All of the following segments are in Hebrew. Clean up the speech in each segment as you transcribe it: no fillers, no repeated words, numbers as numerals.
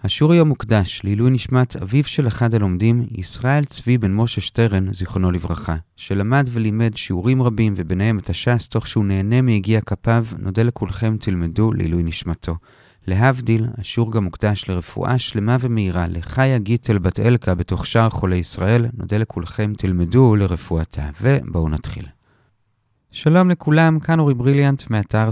השיעור היום מוקדש לעילוי נשמת אביו של אחד הלומדים, ישראל צבי בן משה שטרן, זיכרונו לברכה, שלמד ולימד שיעורים רבים וביניהם את הש"ס תוך שהוא נהנה מיגיע כפיו. נודה לכולכם, תלמדו לעילוי נשמתו. להבדיל, השיעור גם מוקדש לרפואה שלמה ומהירה לחיה גיטל בת אלקה בתוך שאר חולי ישראל. נודה לכולכם, תלמדו לרפואתה. ובואו נתחיל. שלום לכולם, כאן אורי בריליאנט מאתר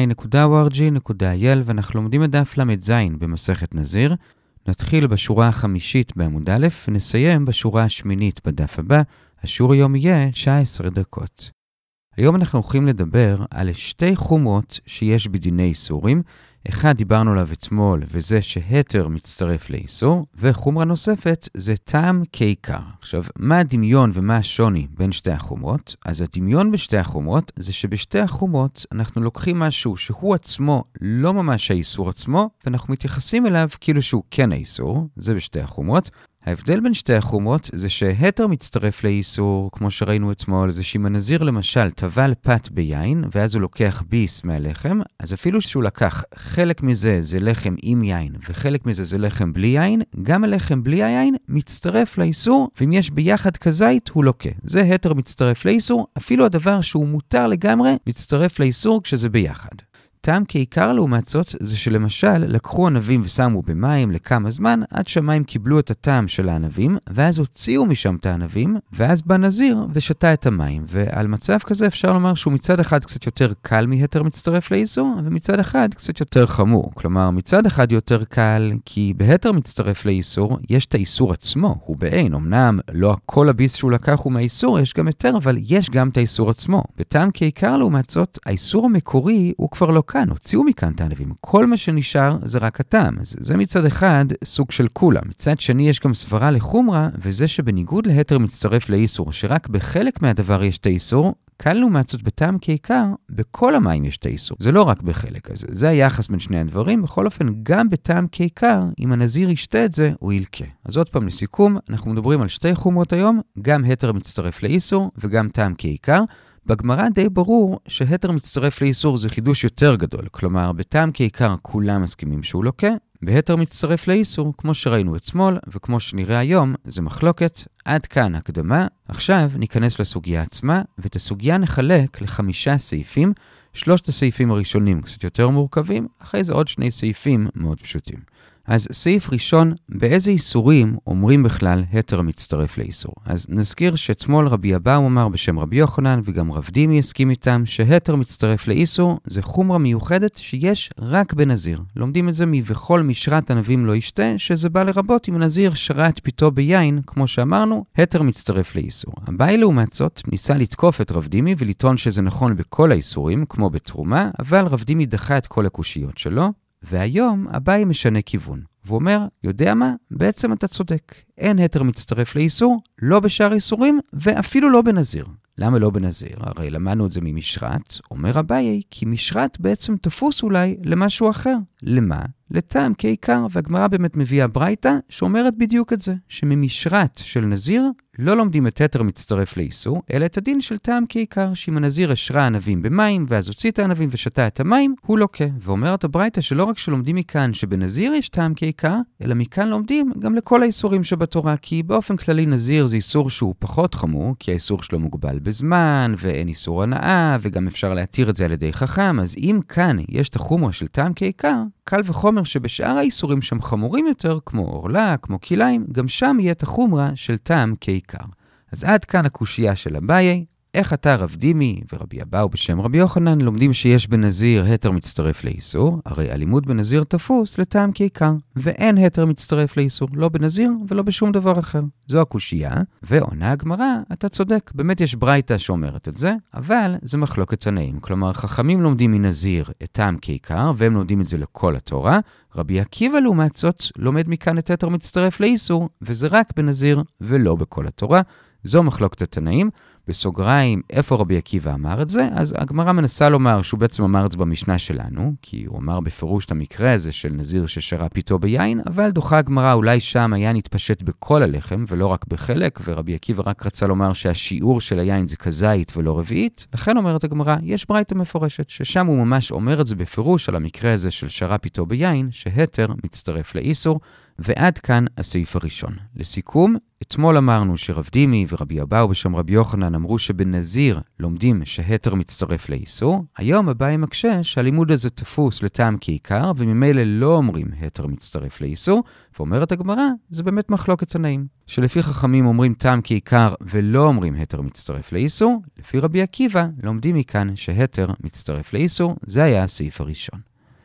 sinai.org.il, ואנחנו לומדים את דף ל"ז במסכת נזיר. נתחיל בשורה החמישית בעמוד א' ונסיים בשורה השמינית בדף הבא. השיעור היום יהיה 19 דקות. היום אנחנו הולכים לדבר על שתי חומרות שיש בדיני איסורים. אחד דיברנו עליו אתמול, וזה שהתר מצטרף לאיסור, וחומרה נוספת זה טעם כעיקר. עכשיו, מה הדמיון ומה השוני בין שתי החומרות? אז הדמיון בשתי החומרות זה שבשתי החומרות אנחנו לוקחים משהו שהוא עצמו לא ממש האיסור עצמו, ואנחנו מתייחסים אליו כאילו שהוא כן האיסור, זה בשתי החומרות. ההבדל בין שתי החומרות זה שהתר מצטרף לאיסור, כמו שראינו אתמול, זה שאם הנזיר למשל טבל פת ביין, ואז הוא לוקח ביס מהלחם, אז אפילו שהוא לקח חלק מזה זה לחם עם יין, וחלק מזה זה לחם בלי יין, גם הלחם בלי היין מצטרף לאיסור, ואם יש ביחד כזית הוא לוקה. זה התר מצטרף לאיסור, אפילו הדבר שהוא מותר לגמרי מצטרף לאיסור כשזה ביחד. טעם כעיקר לעומת זאת זה שלמשל לקחו ענבים ושמו במים לכמה זמן עד שהמים קיבלו את הטעם של הענבים, ואז הוציאו משם את הענבים, ואז בא נזיר ושתה את המים. ועל מצב כזה אפשר לומר שהוא מצד אחד קצת יותר קל מהתר מצטרף לאיסור, ומצד אחד קצת יותר חמור. כלומר, מצד אחד יותר קל כי בהתר מצטרף לאיסור יש את האיסור עצמו, הוא בעין. אמנם לא כל הביס שהוא לקח הוא מהאיסור, יש גם התר, אבל יש גם את האיסור עצמו. בטעם כעיקר לעומת זאת, האיסור המקורי הוא כבר לא כאן, הוציאו מכאן את הענבים. כל מה שנשאר זה רק הטעם. זה מצד אחד סוג של כולה. מצד שני יש גם סברה לחומרה, וזה שבניגוד להתר מצטרף לאיסור, שרק בחלק מהדבר יש את האיסור, כאן לעומת זאת בטעם כעיקר, בכל המים יש את האיסור. זה לא רק בחלק הזה. זה היחס בין שני הדברים. בכל אופן, גם בטעם כעיקר, אם הנזיר ישתה את זה, הוא ילקה. אז עוד פעם לסיכום, אנחנו מדברים על שתי חומרות היום, גם התר מצטרף לאיסור וגם טעם כעיקר. בגמרא די ברור שהתר מצטרף לאיסור זה חידוש יותר גדול. כלומר, בטעם כעיקר כולם מסכימים שהוא לוקה. בהתר מצטרף לאיסור, כמו שראינו אתמול וכמו שנראה היום, זה מחלוקת. עד כאן הקדמה. עכשיו ניכנס לסוגיה עצמה, ואת הסוגיה נחלק ל5 סעיפים. 3 הסעיפים הראשונים קצת יותר מורכבים, אחרי זה עוד 2 סעיפים מאוד פשוטים. אז סעיף ראשון, באיזה איסורים אומרים בכלל התר מצטרף לאיסור? אז נזכיר שאתמול רבי אבאו אמר בשם רבי יוחנן, וגם רב דימי הסכים איתם, שהתר מצטרף לאיסור זה חומרה מיוחדת שיש רק בנזיר. לומדים את זה מבכל משרת ענבים לא ישתה, שזה בא לרבות אם הנזיר שרת פיתו ביין, כמו שאמרנו, התר מצטרף לאיסור. אביי לעומת זאת ניסה לתקוף את רב דימי ולטעון שזה נכון בכל האיסורים, כמו בתרומה, אבל רב דימי דחה את כל הקושיות שלו. והיום אביי משנה כיוון. והוא אומר, יודע מה? בעצם אתה צודק. אין התר מצטרף לאיסור, לא בשאר איסורים, ואפילו לא בנזיר. למה לא בנזיר? הרי למדנו את זה ממשרת. אומר אביי, כי משרת בעצם תפוס אולי למשהו אחר. למה? לטעם כעיקר, והגמרא באמת מביאה ברייתא שאומרת בדיוק את זה, שממשרת של נזיר לא לומדים את התר מצטרף לאיסור, אלא את הדין של טעם כעיקר, שאם הנזיר השרה ענבים במים, ואז הוציא את הענבים ושתה את המים, הוא לוקה. ואומרת הברייתא שלא רק שלומדים מכאן שבנזיר יש טעם כעיקר, אלא מכאן לומדים גם לכל האיסורים שבתורה, כי באופן כללי נזיר זה איסור שהוא פחות חמור, כי האיסור שלו מוגבל בזמן, ואין איסור הנאה, וגם אפשר להתיר את זה על ידי חכם. אז אם כאן יש את החומרה של טעם כעיקר, קל וחומר שבשאר האיסורים שם חמורים יותר, כמו אורלה, כמו כיליים, גם שם יהיה את החומרה של טעם כעיקר. אז עד כאן הקושייה של אביי. איך אתה רב דימי ורבי אבאו בשם רבי יוחנן לומדים שיש בנזיר התר מצטרף לאיסור? הרי הלימוד בנזיר תפוס לטעם כעיקר, ואין התר מצטרף לאיסור, לא בנזיר ולא בשום דבר אחר. זו הקושייה, ועונה הגמרא, אתה צודק, באמת יש ברייתא שאומרת את זה, אבל זה מחלוקת תנאים. כלומר, חכמים לומדים מנזיר את טעם כעיקר, והם לומדים את זה לכל התורה. רבי עקיבא לעומת זאת לומד מכאן את התר מצטרף לאיסור, וזה רק בנזיר ולא בכל התורה. זו מחלוקת התנאים. בסוגריים, איפה רבי עקיבא אמר את זה? אז הגמרא מנסה לומר שהוא בעצם אמר את זה במשנה שלנו, כי הוא אמר בפירוש את המקרה הזה של נזיר ששרה פיתו ביין, אבל דוחה הגמרא אולי שם היה נתפשט בכל הלחם ולא רק בחלק, ורבי עקיבא רק רצה לומר שהשיעור של היין זה כזית ולא רביעית. לכן אומרת הגמרא, יש ברייתא מפורשת, ששם הוא ממש אומר את זה בפירוש על המקרה הזה של שרה פיתו ביין, שהתר מצטרף לאיסור, ועד כאן הסעיף הראשון. לסיכום, אתמול אמרנו שרב דימי ורבי אבאו בשם רבי יוחנן אמרו שבנזיר לומדים שהתר מצטרף לאיסור. היום אביי מקשה שהלימוד הזה תפוס לטעם כעיקר, וממילא לא אומרים התר מצטרף לאיסור, ואומרת הגמרא, זה באמת מחלוקת תנאים. שלפי חכמים אומרים טעם כעיקר ולא אומרים התר מצטרף לאיסור, לפי רבי עקיבא לומדים מכאן שהתר מצטרף לאיסור. זה היה הסעיף הראשון.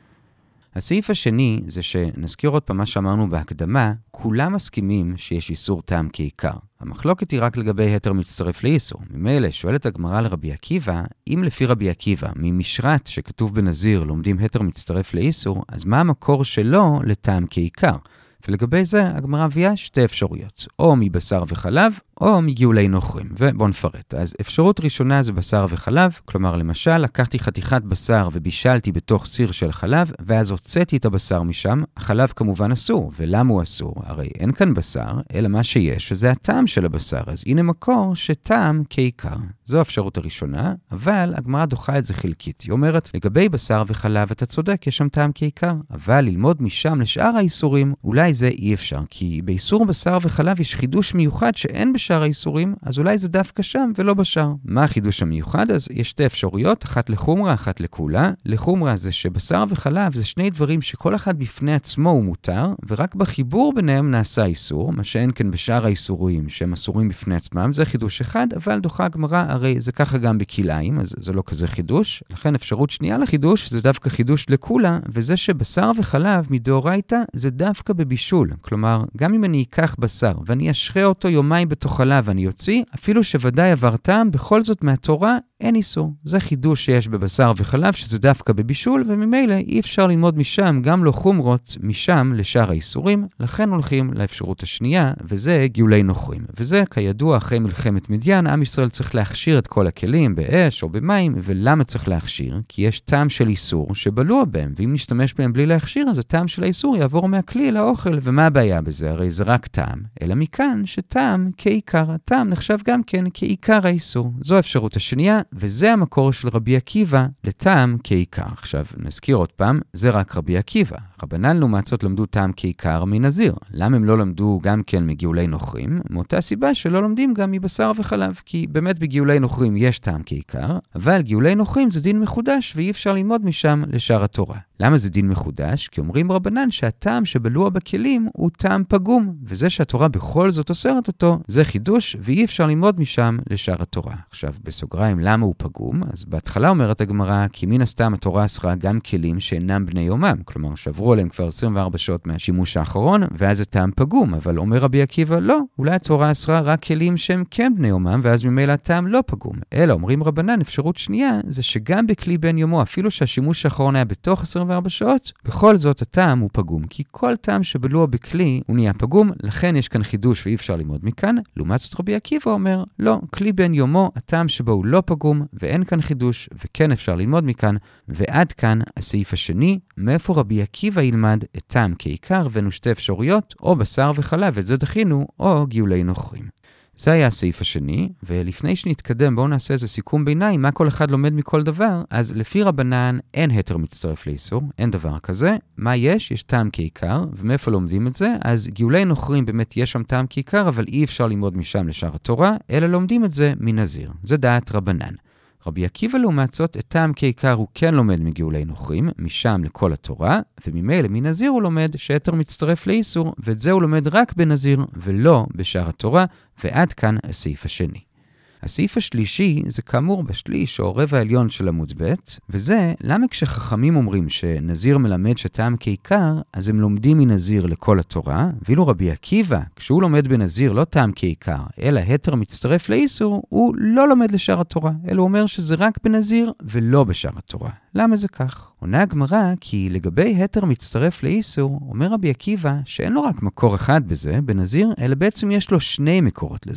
הסעיף השני זה שנזכיר עוד פעם מה שאמרנו בהקדמה, כולם מסכימים שיש איסור טעם כעיקר. המחלוקת היא רק לגבי התר מצטרף לאיסור. ממילא שואלת הגמרא לרבי עקיבא, אם לפי רבי עקיבא, ממשרת שכתוב בנזיר לומדים התר מצטרף לאיסור, אז מה המקור שלו לטעם כעיקר? ולגבי זה הגמרא מביאה שתי אפשרויות, או מבשר וחלב, או מגאולי נוכרים. ובואו נפרט. אז אפשרות ראשונה זה בשר וחלב, כלומר למשל לקחתי חתיכת בשר ובישלתי בתוך סיר של חלב, ואז הוצאתי את הבשר משם, החלב כמובן אסור. ולמה הוא אסור? הרי אין כאן בשר, אלא מה שיש, שזה הטעם של הבשר. אז הנה מקור שטעם כעיקר. זו האפשרות הראשונה, אבל הגמרא דוחה את זה חלקית. היא אומרת, לגבי בשר וחלב אתה צודק, יש שם טעם כעיקר, אבל ללמוד משם לשאר האיסורים, אולי זה אי אפשר, כי באיסור בשר וחלב יש חידוש מיוחד שאין בשאר האיסורים, אז אולי זה דווקא שם ולא בשאר. מה החידוש המיוחד? אז יש שתי אפשרויות, אחת לחומרה, אחת לכולה. לחומרה זה שבשר וחלב זה שני דברים שכל אחד בפני עצמו הוא מותר, ורק בחיבור ביניהם נעשה איסור, מה שאין כן בשאר האיסורים שהם אסורים בפני עצמם, זה חידוש אחד, אבל דוחה הגמרא, הרי זה ככה גם בכליים, אז זה לא כזה חידוש. לכן אפשרות שנייה לחידוש זה דווקא חידוש לכולה, וזה שבשר וחלב מדאורייתא זה דווקא בבישול. כלומר, גם אם אני אקח בשר ואני אשרה אותו יומיים בתוך חלב ואני יוציא, אפילו שוודאי עבר טעם, בכל זאת מהתורה אין איסור. זה חידוש שיש בבשר וחלב, שזה דווקא בבישול, וממילא אי אפשר ללמוד משם, גם לא חומרות, משם לשאר האיסורים. לכן הולכים לאפשרות השנייה, וזה גאולי נוכרים. וזה, כידוע, אחרי מלחמת מדיין, עם ישראל צריך להכשיר את כל הכלים באש או במים. ולמה צריך להכשיר? כי יש טעם של איסור שבלוע בהם, ואם נשתמש בהם בלי להכשיר, אז הטעם של האיסור יעבור מהכלי לאוכל. ומה הבעיה בזה? הרי זה רק טעם. אלא מכאן שטעם כעיקר. הטעם נחשב גם כן כעיקר האיסור. זו האפשרות השנייה, וזה המקור של רבי עקיבא לטעם כעיקר. עכשיו, נזכיר עוד פעם, זה רק רבי עקיבא. רבנן לעומת זאת למדו טעם כעיקר מנזיר. למה הם לא למדו גם כן מגאולי נוכרים? מאותה סיבה שלא לומדים גם מבשר וחלב. כי באמת בגאולי נוכרים יש טעם כעיקר, אבל גאולי נוכרים זה דין מחודש, ואי אפשר ללמוד משם לשאר התורה. למה זה דין מחודש? כי אומרים רבנן שהטעם שבלוע בכלים הוא טעם פגום, וזה שהתורה בכל זאת אוסרת אותו, זה חידוש, ואי אפשר ללמוד משם לשאר התורה. עכשיו, בסוגריים, למה הוא פגום? אז בהתחלה אומרת הגמרא, כי מן הסתם התורה אסרה גם כלים שאינם בני יומם, כלומר שעברו עליהם כבר 24 שעות מהשימוש האחרון, ואז זה טעם פגום, אבל אומר רבי עקיבא, לא, אולי התורה אסרה רק כלים שהם כן בני יומם, ואז ממילא הטעם לא פגום. אלא אומרים רבנן, אפשרות שנייה, זה שגם בכלי בן יומו, אפילו שהשימוש האחרון היה בתוך 24 שעות, בכל זאת הטעם הוא פגום, כי כל טעם שבלוע בכלי הוא נהיה פגום, לכן יש כאן חידוש ואי אפשר ללמוד מכאן. לעומת זאת רבי עקיבא אומר, לא, כלי בן יומו, הטעם שבו הוא לא פגום, ואין כאן חידוש, וכן אפשר ללמוד מכאן. ועד כאן הסעיף השני, מאיפה רבי עקיבא ילמד את טעם כעיקר, ואנו שתי אפשרויות, או בשר וחלב, את זה דחינו, או גאולי נוכרים. זה היה הסעיף השני, ולפני שנתקדם בואו נעשה איזה סיכום ביניים, מה כל אחד לומד מכל דבר. אז לפי רבנן אין התר מצטרף לאיסור, אין דבר כזה. מה יש? יש טעם כעיקר, ומאיפה לומדים את זה? אז גאולי נוכרים באמת יש שם טעם כעיקר, אבל אי אפשר ללמוד משם לשאר התורה, אלא לומדים את זה מנזיר. זה דעת רבנן. רבי עקיבא לעומת זאת, את טעם כעיקר הוא כן לומד מגאולי נוכרים, משם לכל התורה, וממילא מנזיר הוא לומד שהתר מצטרף לאיסור, ואת זה הוא לומד רק בנזיר ולא בשאר התורה, ועד כאן הסעיף השני. הסעיף השלישי זה כאמור בשליש או רבע העליון של עמוד ב', וזה למה כשחכמים אומרים שנזיר מלמד שטעם כעיקר, אז הם לומדים מנזיר לכל התורה, ואילו רבי עקיבא, כשהוא לומד בנזיר לא טעם כעיקר, אלא התר מצטרף לאיסור, הוא לא לומד לשאר התורה, אלא הוא אומר שזה רק בנזיר ולא בשאר התורה. למה זה כך? עונה הגמרא כי לגבי התר מצטרף לאיסור, אומר רבי עקיבא שאין לו רק מקור אחד בזה, בנזיר, אלא בעצם יש לו שני מקורות לזה.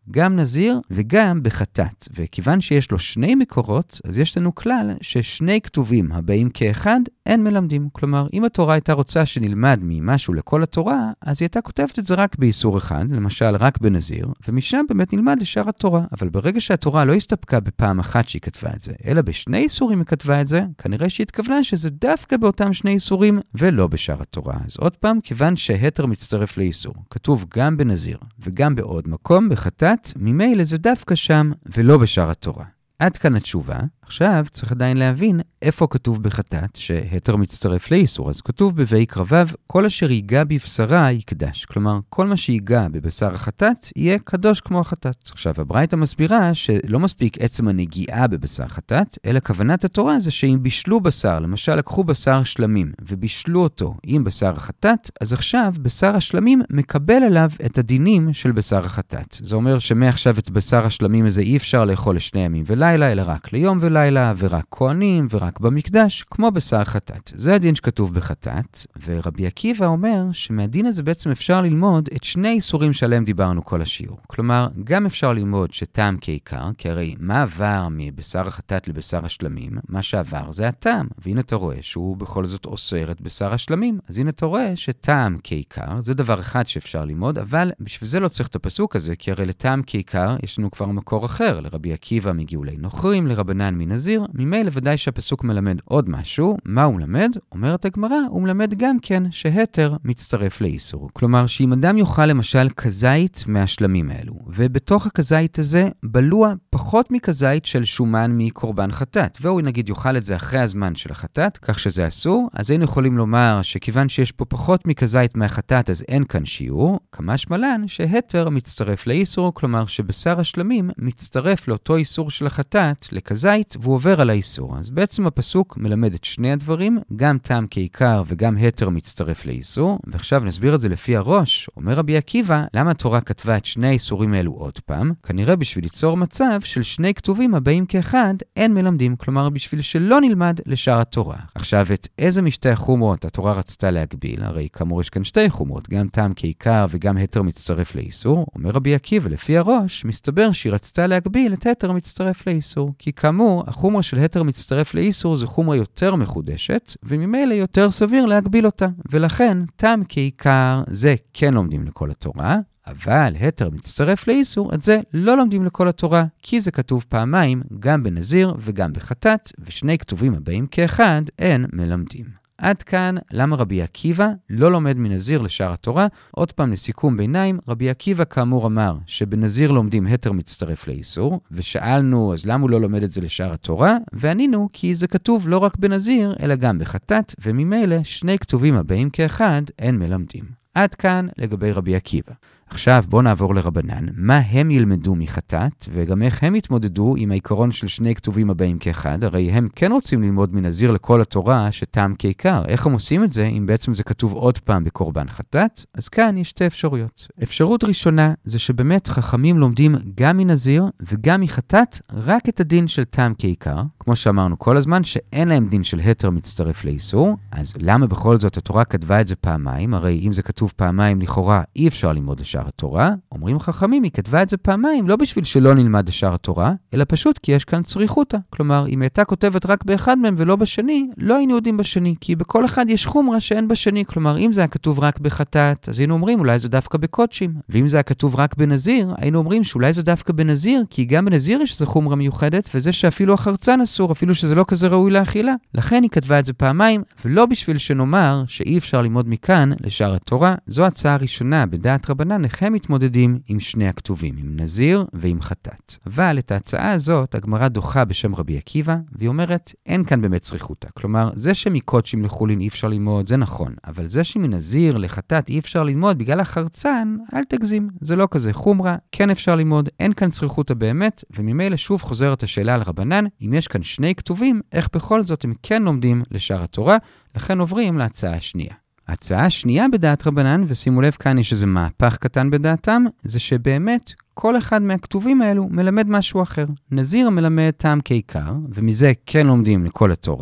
גם נזיר וגם בחטאת. וכיוון שיש לו שני מקורות, אז יש לנו כלל ששני כתובים הבאים כאחד אין מלמדים. כלומר, אם התורה הייתה רוצה שנלמד ממשהו לכל התורה, אז היא הייתה כותבת את זה רק באיסור אחד, למשל רק בנזיר, ומשם באמת נלמד לשאר התורה. אבל ברגע שהתורה לא הסתפקה בפעם אחת שהיא כתבה את זה, אלא בשני איסורים היא כתבה את זה, כנראה שהיא התכוונה שזה דווקא באותם שני איסורים ולא בשאר התורה. אז עוד פעם, כיוון שהתר מצטרף לאיסור, כתוב גם בנזיר וגם בעוד מקום בחטאת, ממילא זה דווקא שם ולא בשאר התורה. עד כאן התשובה. עכשיו צריך עדיין להבין איפה כתוב בחטאת שהתר מצטרף לאיסור. אז כתוב בויקרא ו' כל אשר ייגע בבשרה יקדש. כלומר, כל מה שיגע בבשר החטאת יהיה קדוש כמו החטאת. עכשיו, הברייתא מסבירה שלא מספיק עצם הנגיעה בבשר חטאת, אלא כוונת התורה זה שאם בישלו בשר, למשל לקחו בשר שלמים ובישלו אותו עם בשר החטאת, אז עכשיו בשר השלמים מקבל עליו את הדינים של בשר החטאת. זה אומר שמעכשיו את בשר השלמים הזה אי אפשר לאכול לשני ימים ולילה, אלא רק ליום ולילה, ורק כהנים, ורק במקדש, כמו בשר חטאת. זה הדין שכתוב בחטאת, ורבי עקיבא אומר שמהדין הזה בעצם אפשר ללמוד את שני איסורים שעליהם דיברנו כל השיעור. כלומר, גם אפשר ללמוד שטעם כעיקר, כי הרי מה עבר מבשר החטאת לבשר השלמים? מה שעבר זה הטעם, והנה אתה רואה שהוא בכל זאת אוסר את בשר השלמים. אז הנה אתה רואה שטעם כעיקר, זה דבר אחד שאפשר ללמוד, אבל בשביל זה לא צריך את הפסוק הזה, כי הרי לטעם כעיקר יש לנו כבר מקור אחר, לרבי עקיבא מגאולי נוכרים, לרבנן מנזיר, ממילא ודאי שהפסוק מלמד עוד משהו. מה הוא מלמד? אומרת הגמרא, הוא מלמד גם כן שהתר מצטרף לאיסור. כלומר, שאם אדם יאכל למשל כזית מהשלמים האלו, ובתוך הכזית הזה בלוע פחות מכזית של שומן מקורבן חטאת, והוא נגיד יאכל את זה אחרי הזמן של החטאת, כך שזה אסור, אז היינו יכולים לומר שכיוון שיש פה פחות מכזית מהחטאת, אז אין כאן שיעור, כמשמע לן שהתר מצטרף לאיסור, כלומר שבשר השלמים מצטרף לאותו איסור של החטאת לכזית, והוא עובר על האיסור. אז בעצם הפסוק מלמד את שני הדברים, גם טעם כעיקר וגם התר מצטרף לאיסור, ועכשיו נסביר את זה לפי הראש. אומר רבי עקיבא, למה התורה כתבה את שני האיסורים האלו עוד פעם? כנראה בשביל ליצור מצב של שני כתובים הבאים כאחד אין מלמדים, כלומר בשביל שלא נלמד לשאר התורה. עכשיו, את איזה משתי החומרות התורה רצתה להגביל? הרי כאמור יש כאן שתי חומרות, גם טעם כעיקר וגם התר מצטרף לאיסור. אומר רבי עקיבא, לפי הראש, מסתבר שהיא רצתה להגביל את התר מצטרף לאיסור, כי כאמור, החומרה של התר מצטרף לאיסור זו חומרה יותר מחודשת, וממילא יותר סביר להגביל אותה. ולכן, טעם כעיקר זה כן לומדים לכל התורה, אבל התר מצטרף לאיסור, את זה לא לומדים לכל התורה, כי זה כתוב פעמיים, גם בנזיר וגם בחטאת, ושני כתובים הבאים כאחד אין מלמדים. עד כאן למה רבי עקיבא לא לומד מנזיר לשאר התורה. עוד פעם לסיכום ביניים, רבי עקיבא כאמור אמר שבנזיר לומדים התר מצטרף לאיסור, ושאלנו אז למה הוא לא לומד את זה לשאר התורה, וענינו כי זה כתוב לא רק בנזיר אלא גם בחטאת, וממילא שני כתובים הבאים כאחד אין מלמדים. עד כאן לגבי רבי עקיבא. עכשיו בואו נעבור לרבנן, מה הם ילמדו מחטאת, וגם איך הם יתמודדו עם העיקרון של שני כתובים הבאים כאחד. הרי הם כן רוצים ללמוד מנזיר לכל התורה שטעם כעיקר. איך הם עושים את זה אם בעצם זה כתוב עוד פעם בקורבן חטאת? אז כאן יש שתי אפשרויות. אפשרות ראשונה זה שבאמת חכמים לומדים גם מנזיר וגם מחטאת רק את הדין של טעם כעיקר, כמו שאמרנו כל הזמן שאין להם דין של התר מצטרף לאיסור. אז למה בכל זאת התורה כתבה את זה פעמיים? הרי אם זה כתוב פעמיים לכאורה אי אפשר ללמוד לשאר התורה. אומרים חכמים, היא כתבה את זה פעמיים לא בשביל שלא נלמד לשאר התורה, אלא פשוט כי יש כאן צריכותא. כלומר, אם הייתה כותבת רק באחד מהם ולא בשני, לא היינו יודעים בשני, כי בכל אחד יש חומרה שאין בשני. כלומר, אם זה היה כתוב רק בחטאת, אז היינו אומרים אולי זה דווקא בקודשים. ואם זה היה כתוב רק בנזיר, היינו אומרים שאולי זה דווקא בנזיר, כי גם בנזיר יש איזו חומרה מיוחדת, וזה שאפילו החרצן אסור, אפילו שזה לא כזה ראוי לאכילה. לכן היא כתבה את זה פעמיים, ולא בשביל שנאמר שאי אפשר ללמוד מכאן לשאר התורה. זו הצעה הראשונה בדעת רבנן, איך הם מתמודדים עם שני הכתובים, עם נזיר ועם חטאת. אבל את ההצעה הזאת הגמרא דוחה בשם רבי עקיבא, והיא אומרת, אין כאן באמת צריכותא. כלומר, זה שמקודשים לחולין אי אפשר ללמוד, זה נכון, אבל זה שמנזיר לחטאת אי אפשר ללמוד בגלל החרצן, אל תגזים. זה לא כזה חומרה, כן אפשר ללמוד, אין כאן צריכותא באמת, וממילא שוב חוזרת השאלה על רבנן, אם יש כאן שני כתובים, איך בכל זאת הם כן לומדים לשאר התורה, לכן עוברים להצעה השנייה. ההצעה השנייה בדעת רבנן, ושימו לב כאן יש איזה מהפך קטן בדעתם, זה שבאמת כל אחד מהכתובים האלו מלמד משהו אחר. נזיר מלמד טעם כעיקר, ומזה כן לומדים לכל התורה,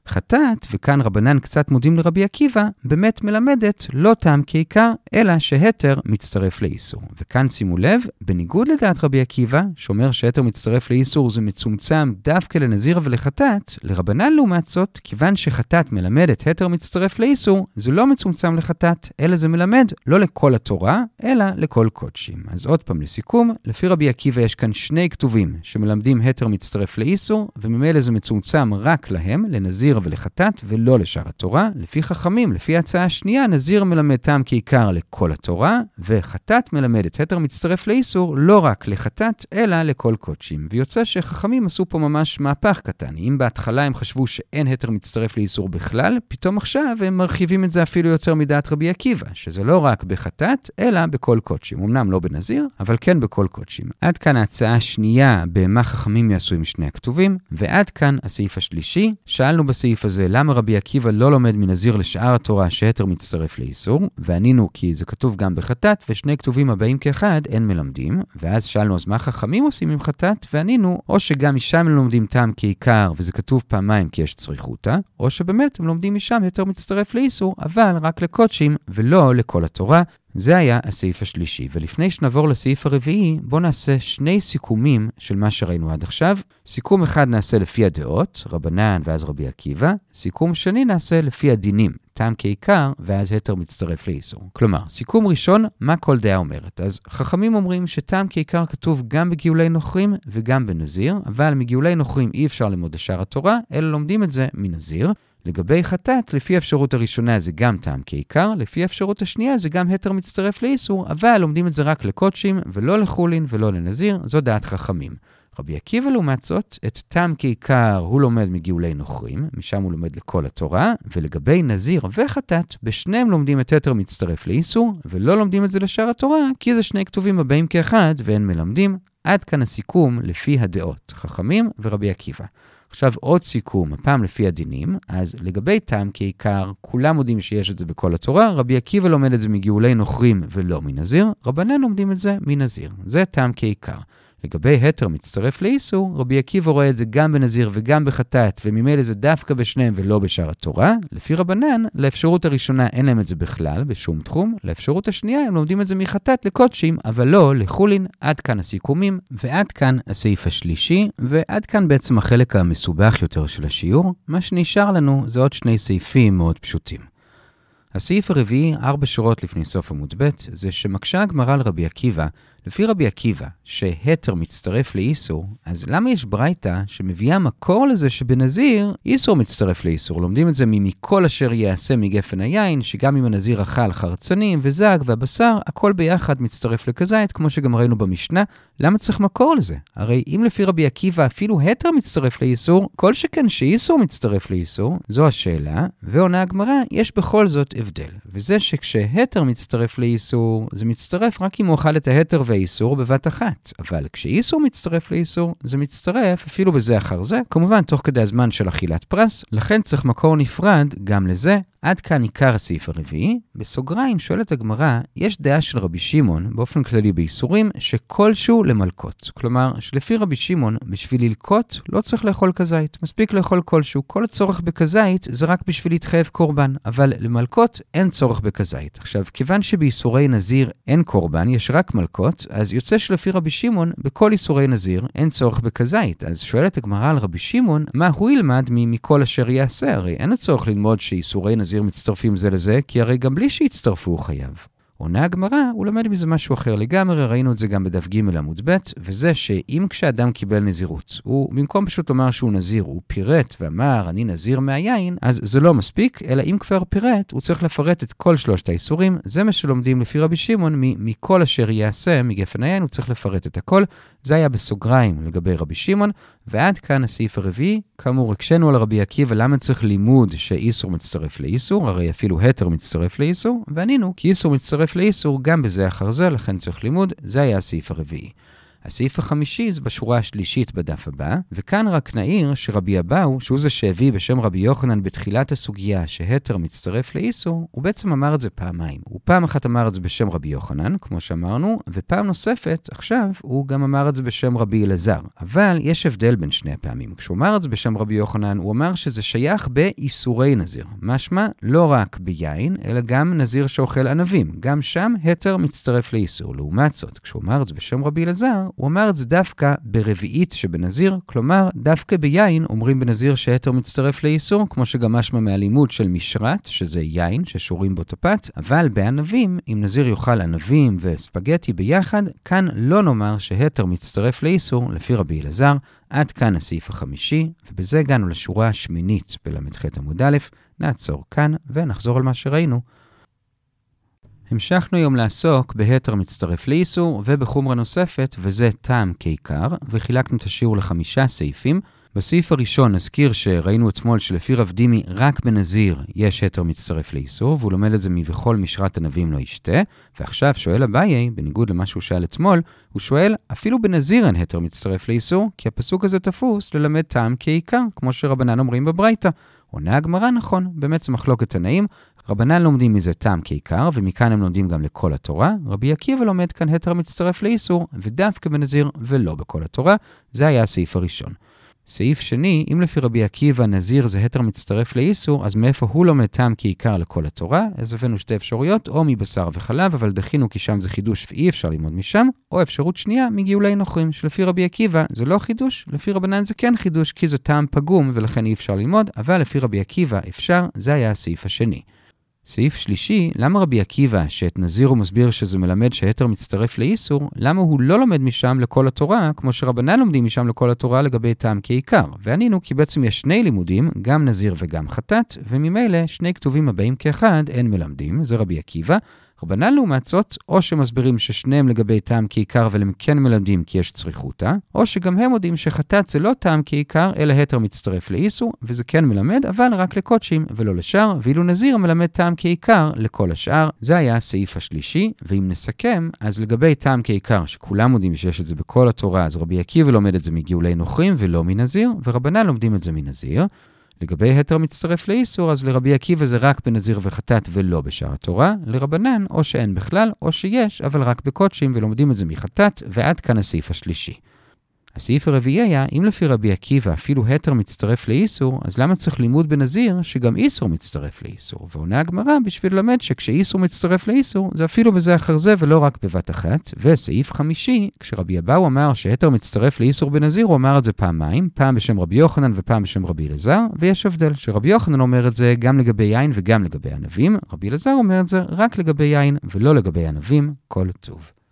חטאת, וכאן רבנן קצת מודים לרבי עקיבא, באמת מלמדת לא טעם כעיקר, אלא שהתר מצטרף לאיסור. וכאן שימו לב, בניגוד לדעת רבי עקיבא, שאומר שהתר מצטרף לאיסור זה מצומצם דווקא לנזיר ולחטאת, לרבנן לעומת זאת, כיוון שחטאת מלמדת התר מצטרף לאיסור, זה לא מצומצם לחטאת, אלא זה מלמד לא לכל התורה, אלא לכל קודשים. אז עוד פעם לסיכום, לפי רבי עקיבא יש כאן שני כתובים שמלמדים התר מצטרף לאיסור, וממילא זה מצומצם רק להם, לנזיר ולחטאת, ולא לשאר התורה. לפי חכמים, לפי ההצעה השנייה, נזיר מלמד טעם כעיקר לכל התורה, וחטאת מלמדת התר מצטרף לאיסור לא רק לחטאת, אלא לכל קודשים. ויוצא שחכמים עשו פה ממש מהפך קטן. אם בהתחלה הם חשבו שאין התר מצטרף לאיסור בכלל, פתאום עכשיו הם מרחיבים את זה אפילו יותר מדעת רבי עקיבא, שזה לא רק בחטאת, אלא בכל קודשים. אמנם לא בנזיר, אבל כן בכל קודשים. עד כאן ההצעה השנייה במה חכמים יעשו עם שני הכתובים, ועד כאן הסעיף השלישי. שאלנו בסעיף הזה למה רבי עקיבא לא לומד מנזיר לשאר התורה שהתר מצטרף לאיסור, וענינו כי זה כתוב גם בחטאת, ושני כתובים הבאים כאחד אין מלמדים. ואז שאלנו אז מה חכמים עושים עם חטאת, וענינו או שגם משם הם לומדים טעם כעיקר, וזה כתוב פעמיים כי יש צריכותה, או שבאמת הם לומדים משם התר מצטרף לאיסור, אבל רק לקודשים ולא לכל התורה. זה היה הסעיף השלישי, ולפני שנעבור לסעיף הרביעי, בואו נעשה שני סיכומים של מה שראינו עד עכשיו. סיכום אחד נעשה לפי הדעות, רבנן ואז רבי עקיבא. סיכום שני נעשה לפי הדינים, טעם כעיקר ואז התר מצטרף לאיסור. כלומר, סיכום ראשון, מה כל דעה אומרת? אז חכמים אומרים שטעם כעיקר כתוב גם בגאולי נוכרים וגם בנזיר, אבל מגאולי נוכרים אי אפשר ללמוד לשאר התורה, אלא לומדים את זה מנזיר. לגבי חטאת, לפי האפשרות הראשונה זה גם טעם כעיקר, לפי האפשרות השנייה זה גם התר מצטרף לאיסור, אבל לומדים את זה רק לקודשים ולא לחולין ולא לנזיר, זו דעת חכמים. רבי עקיבא לעומת זאת, את טעם כעיקר הוא לומד מגאולי נוכרים, משם הוא לומד לכל התורה, ולגבי נזיר וחטאת, בשניהם לומדים את התר מצטרף לאיסור, ולא לומדים את זה לשאר התורה, כי זה שני כתובים הבאים כאחד ואין מלמדים. עד כאן הסיכום לפי הדעות, חכמים ורבי עקיבא. עכשיו עוד סיכום, הפעם לפי הדינים, אז לגבי טעם כעיקר, כולם יודעים שיש את זה בכל התורה, רבי עקיבא לומד את זה מגאולי נוכרים ולא מנזיר, רבנן לומדים את זה מנזיר, זה טעם כעיקר. לגבי התר מצטרף לאיסור, רבי עקיבא רואה את זה גם בנזיר וגם בחטאת, וממילא זה דווקא בשניהם ולא בשאר התורה. לפי רבנן, לאפשרות הראשונה אין להם את זה בכלל, בשום תחום. לאפשרות השנייה הם לומדים את זה מחטאת לקודשים, אבל לא לחולין. עד כאן הסיכומים, ועד כאן הסעיף השלישי, ועד כאן בעצם החלק המסובך יותר של השיעור. מה שנשאר לנו זה עוד שני סעיפים מאוד פשוטים. הסעיף הרביעי, 4 שורות לפני סוף עמוד ב', זה שמקשה הגמרא על רבי עקיבא, לפי רבי עקיבא, שהתר מצטרף לאיסור, אז למה יש ברייתא שמביאה מקור לזה שבנזיר איסור מצטרף לאיסור? לומדים את זה מכל אשר יעשה מגפן היין, שגם אם הנזיר אכל חרצנים וזג והבשר, הכל ביחד מצטרף לכזית, כמו שגם ראינו במשנה. למה צריך מקור לזה? הרי אם לפי רבי עקיבא אפילו התר מצטרף לאיסור, כל שכן שאיסור מצטרף לאיסור, זו השאלה, ועונה הגמרא, יש בכל זאת הבדל. וזה שכשהתר מצטרף לאיסור, זה מצטרף רק אם הוא אכל את ההתר והאיסור בבת אחת. אבל כשאיסור מצטרף לאיסור, זה מצטרף אפילו בזה אחר זה, כמובן תוך כדי הזמן של אכילת פרס, לכן צריך מקור נפרד גם לזה. עד כאן עיקר הסעיף הרביעי. בסוגריים שואלת הגמרא, יש דעה של רבי שמעון, באופן כללי באיסורים, שכלשהו למלקות. כלומר, שלפי רבי שמעון, בשביל ללקות לא צריך לאכול כזית. מספיק לאכול כלשהו. כל הצורך בכזית זה רק בשביל להתחייב קורבן, אבל למלקות אין צורך בכזית. עכשיו, כיוון שבאיסורי נזיר אין קורבן, יש רק מלקות, אז יוצא שלפי רבי שמעון, בכל איסורי נזיר אין צורך בכזית. אז שואלת הגמרא על רבי שמעון, מה הוא ילמד מכל אשר יעשה? הרי אין הצורך ללמוד שאיסורי נזיר מצטרפים זה לזה, כי הרי גם בלי שיצטרפו הוא חייב. עונה הגמרא, הוא למד מזה משהו אחר לגמרי, ראינו את זה גם בדף ג' עמוד ב', וזה שאם כשאדם קיבל נזירות, הוא במקום פשוט לומר שהוא נזיר, הוא פירט ואמר אני נזיר מהיין, אז זה לא מספיק, אלא אם כבר פירט, הוא צריך לפרט את כל 3 האיסורים, זה מה שלומדים לפי רבי שמעון, מכל אשר יעשה מגפן היין, הוא צריך לפרט את הכל, זה היה בסוגריים לגבי רבי שמעון, ועד כאן הסעיף הרביעי, כאמור הקשנו על רבי עקיבא למה צריך לימוד שאיסור מצטרף לאיסור, הרי אפילו התר מצטרף לאיסור, וענינו כי איסור מצטרף לאיסור גם בזה אחר זה, לכן צריך לימוד, זה היה הסעיף הרביעי. הסעיף החמישי זה בשורה השלישית בדף הבא, וכאן רק נעיר שרבי אבאו, שהוא זה שהביא בשם רבי יוחנן בתחילת הסוגיה שהתר מצטרף לאיסור, הוא בעצם אמר את זה פעמיים. הוא פעם אחת אמר את זה בשם רבי יוחנן, כמו שאמרנו, ופעם נוספת, עכשיו, הוא גם אמר את זה בשם רבי אלעזר. אבל יש הבדל בין שני הפעמים. כשהוא אמר את זה בשם רבי יוחנן, הוא אמר שזה שייך באיסורי נזיר. משמע, לא רק ביין, אלא גם נזיר שאוכל ענבים. גם שם התר מצטרף לאיסור. לעומת זאת, כשהוא אמר את זה בשם רבי אלעזר, הוא אמר את זה דווקא ברביעית שבנזיר, כלומר, דווקא ביין אומרים בנזיר שהתר מצטרף לאיסור, כמו שגם משמע מהלימוד של משרת, שזה יין ששורים בו טפת, אבל בענבים, אם נזיר יאכל ענבים וספגטי ביחד, כאן לא נאמר שהתר מצטרף לאיסור לפי רבי אלעזר. עד כאן הסעיף החמישי, ובזה הגענו לשורה השמינית בל"ח עמוד א', נעצור כאן ונחזור על מה שראינו. המשכנו היום לעסוק בהתר מצטרף לאיסור ובחומרה נוספת, וזה טעם כעיקר, וחילקנו את השיעור ל5 סעיפים. בסעיף הראשון נזכיר שראינו אתמול שלפי רב דימי רק בנזיר יש התר מצטרף לאיסור, והוא לומד את זה מבכל משרת ענבים לא ישתה, ועכשיו שואל אביי, בניגוד למה שהוא שאל אתמול, הוא שואל אפילו בנזיר אין התר מצטרף לאיסור, כי הפסוק הזה תפוס ללמד טעם כעיקר, כמו שרבנן אומרים בברייתא. עונה הגמרא נכון, באמת זה מחלוקת תנאים, רבנן לומדים מזה טעם כעיקר, ומכאן הם לומדים גם לכל התורה. רבי עקיבא לומד כאן התר מצטרף לאיסור, ודווקא בנזיר ולא בכל התורה. זה היה הסעיף הראשון. סעיף שני, אם לפי רבי עקיבא נזיר זה התר מצטרף לאיסור, אז מאיפה הוא לומד טעם כעיקר לכל התורה? אז הבאנו שתי אפשרויות, או מבשר וחלב, אבל דחינו כי שם זה חידוש ואי אפשר ללמוד משם, או אפשרות שנייה מגאולי נוכרים, שלפי רבי עקיבא זה לא חידוש, לפי רבנן זה כן חידוש, כי זה טעם פגום ולכן אי אפשר ללמוד, אבל לפי רבי עקיבא אפשר, זה היה הסעיף השני. סעיף שלישי, למה רבי עקיבא, שאת נזיר הוא מסביר שזה מלמד שהתר מצטרף לאיסור, למה הוא לא לומד משם לכל התורה, כמו שרבנן לומדים משם לכל התורה לגבי טעם כעיקר? וענינו כי בעצם יש שני לימודים, גם נזיר וגם חטאת, וממילא שני כתובים הבאים כאחד אין מלמדים, זה רבי עקיבא. רבנן לעומת זאת, או שמסבירים ששניהם לגבי טעם כעיקר אבל הם כן מלמדים כי יש צריכותה, או שגם הם יודעים שחטאת זה לא טעם כעיקר אלא התר מצטרף לאיסור, וזה כן מלמד אבל רק לקודשים ולא לשאר, ואילו נזיר מלמד טעם כעיקר לכל השאר. זה היה הסעיף השלישי, ואם נסכם, אז לגבי טעם כעיקר שכולם יודעים שיש את זה בכל התורה, אז רבי עקיבא לומד את זה מגאולי נוכרים ולא מנזיר, ורבנן לומדים את זה מנזיר. לגבי התר מצטרף לאיסור, אז לרבי עקיבא זה רק בנזיר וחטאת ולא בשאר התורה. לרבנן, או שאין בכלל, או שיש, אבל רק בקודשים ולומדים את זה מחטאת, ועד כאן הסעיף השלישי. הסעיף הרביעי היה, אם לפי רבי עקיבא אפילו התר מצטרף לאיסור, אז למה צריך לימוד בנזיר שגם איסור מצטרף לאיסור? ועונה הגמרא בשביל ללמד שכשאיסור מצטרף לאיסור, זה אפילו בזה אחר זה ולא רק בבת אחת. וסעיף חמישי, כשרבי אבאו אמר שהתר מצטרף לאיסור בנזיר, הוא אמר את זה פעמיים, פעם בשם רבי יוחנן ופעם בשם רבי אלעזר, ויש הבדל שרבי יוחנן אומר את זה גם לגבי יין וגם לגבי ענבים, רבי אלעזר אומר את זה רק לגבי יין ולא לגבי ענבים. כל טוב.